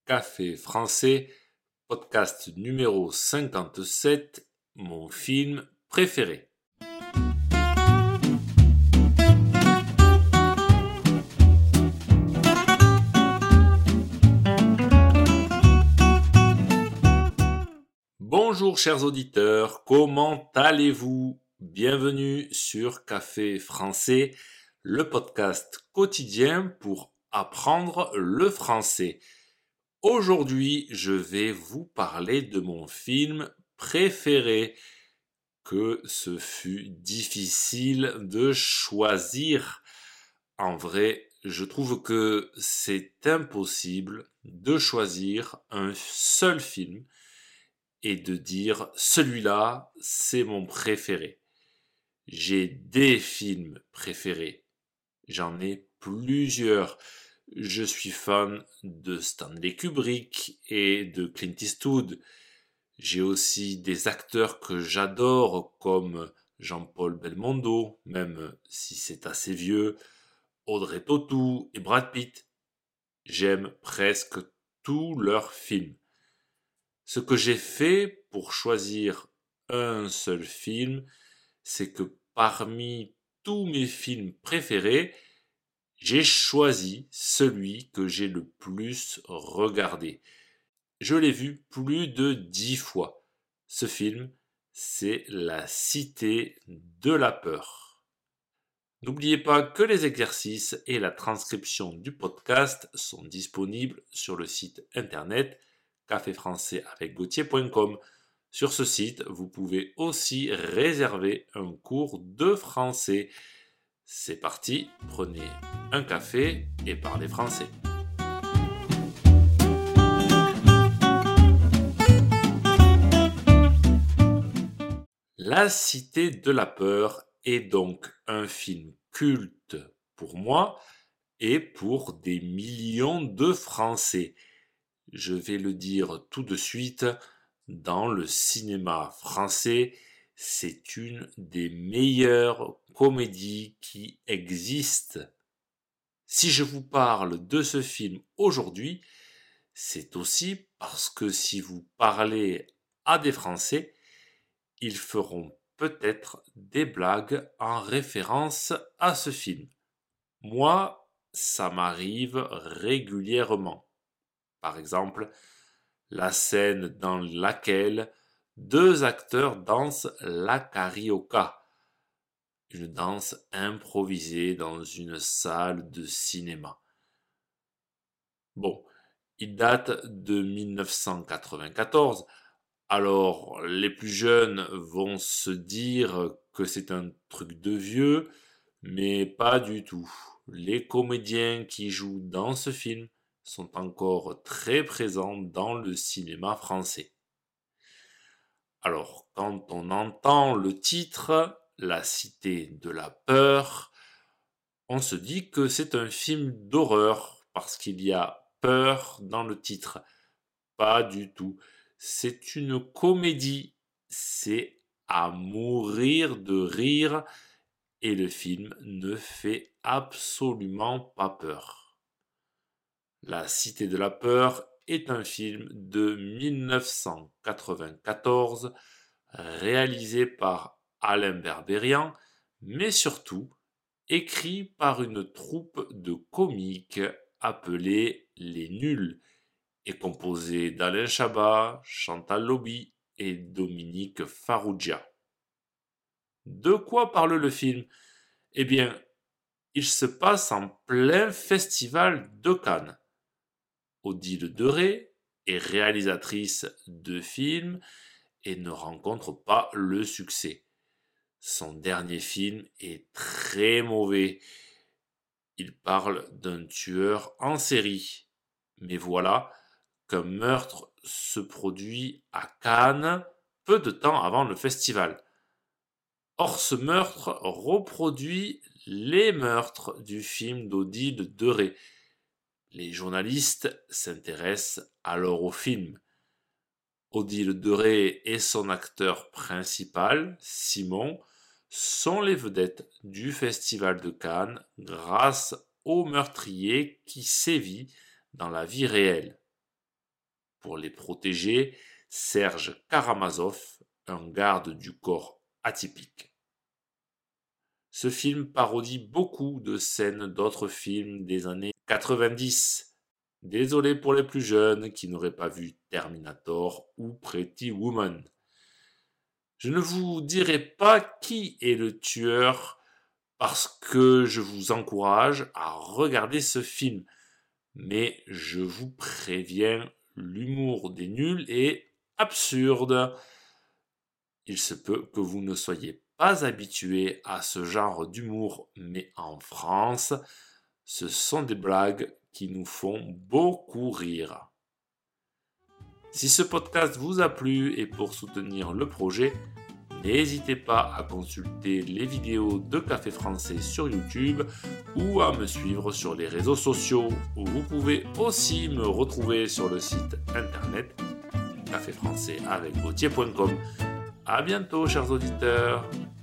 Café français, podcast numéro 57, mon film préféré. Bonjour chers auditeurs, comment allez-vous? Bienvenue sur Café français, le podcast quotidien pour apprendre le français. Aujourd'hui, je vais vous parler de mon film préféré, que ce fut difficile de choisir. En vrai, je trouve que c'est impossible de choisir un seul film et de dire celui-là, c'est mon préféré. J'ai des films préférés. J'en ai plusieurs. Je suis fan de Stanley Kubrick et de Clint Eastwood. J'ai aussi des acteurs que j'adore comme Jean-Paul Belmondo, même si c'est assez vieux, Audrey Tautou et Brad Pitt. J'aime presque tous leurs films. Ce que j'ai fait pour choisir un seul film, c'est que parmi tous mes films préférés, j'ai choisi celui que j'ai le plus regardé. Je l'ai vu plus de 10 fois. Ce film, c'est La Cité de la peur. N'oubliez pas que les exercices et la transcription du podcast sont disponibles sur le site internet caféfrançaisavecgautier.com. Sur ce site, vous pouvez aussi réserver un cours de français. C'est parti, prenez un café et parlez français. La Cité de la peur est donc un film culte pour moi et pour des millions de Français. Je vais le dire tout de suite, dans le cinéma français, c'est une des meilleures comédies qui existent. Si je vous parle de ce film aujourd'hui, c'est aussi parce que si vous parlez à des Français, ils feront peut-être des blagues en référence à ce film. Moi, ça m'arrive régulièrement. Par exemple, la scène dans laquelle deux acteurs dansent la carioca, une danse improvisée dans une salle de cinéma. Bon, il date de 1994, alors les plus jeunes vont se dire que c'est un truc de vieux, mais pas du tout. Les comédiens qui jouent dans ce film sont encore très présents dans le cinéma français. Alors, quand on entend le titre, La Cité de la peur, on se dit que c'est un film d'horreur parce qu'il y a peur dans le titre. Pas du tout. C'est une comédie. C'est à mourir de rire et le film ne fait absolument pas peur. La Cité de la peur est un film de 1994 réalisé par Alain Berberian, mais surtout écrit par une troupe de comiques appelée Les Nuls et composé d'Alain Chabat, Chantal Lobby et Dominique Farrugia. De quoi parle le film? Eh bien, il se passe en plein festival de Cannes. Odile de Ré est réalisatrice de films et ne rencontre pas le succès. Son dernier film est très mauvais. Il parle d'un tueur en série. Mais voilà qu'un meurtre se produit à Cannes peu de temps avant le festival. Or, ce meurtre reproduit les meurtres du film d'Odile de Ré. Les journalistes s'intéressent alors au film. Odile de Ré et son acteur principal, Simon, sont les vedettes du festival de Cannes grâce au meurtrier qui sévit dans la vie réelle. pour les protéger Serge Karamazov, un garde du corps atypique. Ce film parodie beaucoup de scènes d'autres films des années 90. Désolé pour les plus jeunes qui n'auraient pas vu Terminator ou Pretty Woman. Je ne vous dirai pas qui est le tueur parce que je vous encourage à regarder ce film. Mais je vous préviens, l'humour des nuls est absurde. Il se peut que vous ne soyez pas habitué à ce genre d'humour, mais en France, ce sont des blagues qui nous font beaucoup rire. Si ce podcast vous a plu et pour soutenir le projet, n'hésitez pas à consulter les vidéos de Café Français sur YouTube ou à me suivre sur les réseaux sociaux. Vous pouvez aussi me retrouver sur le site internet caféfrançais avec Gauthier.com. À bientôt, chers auditeurs.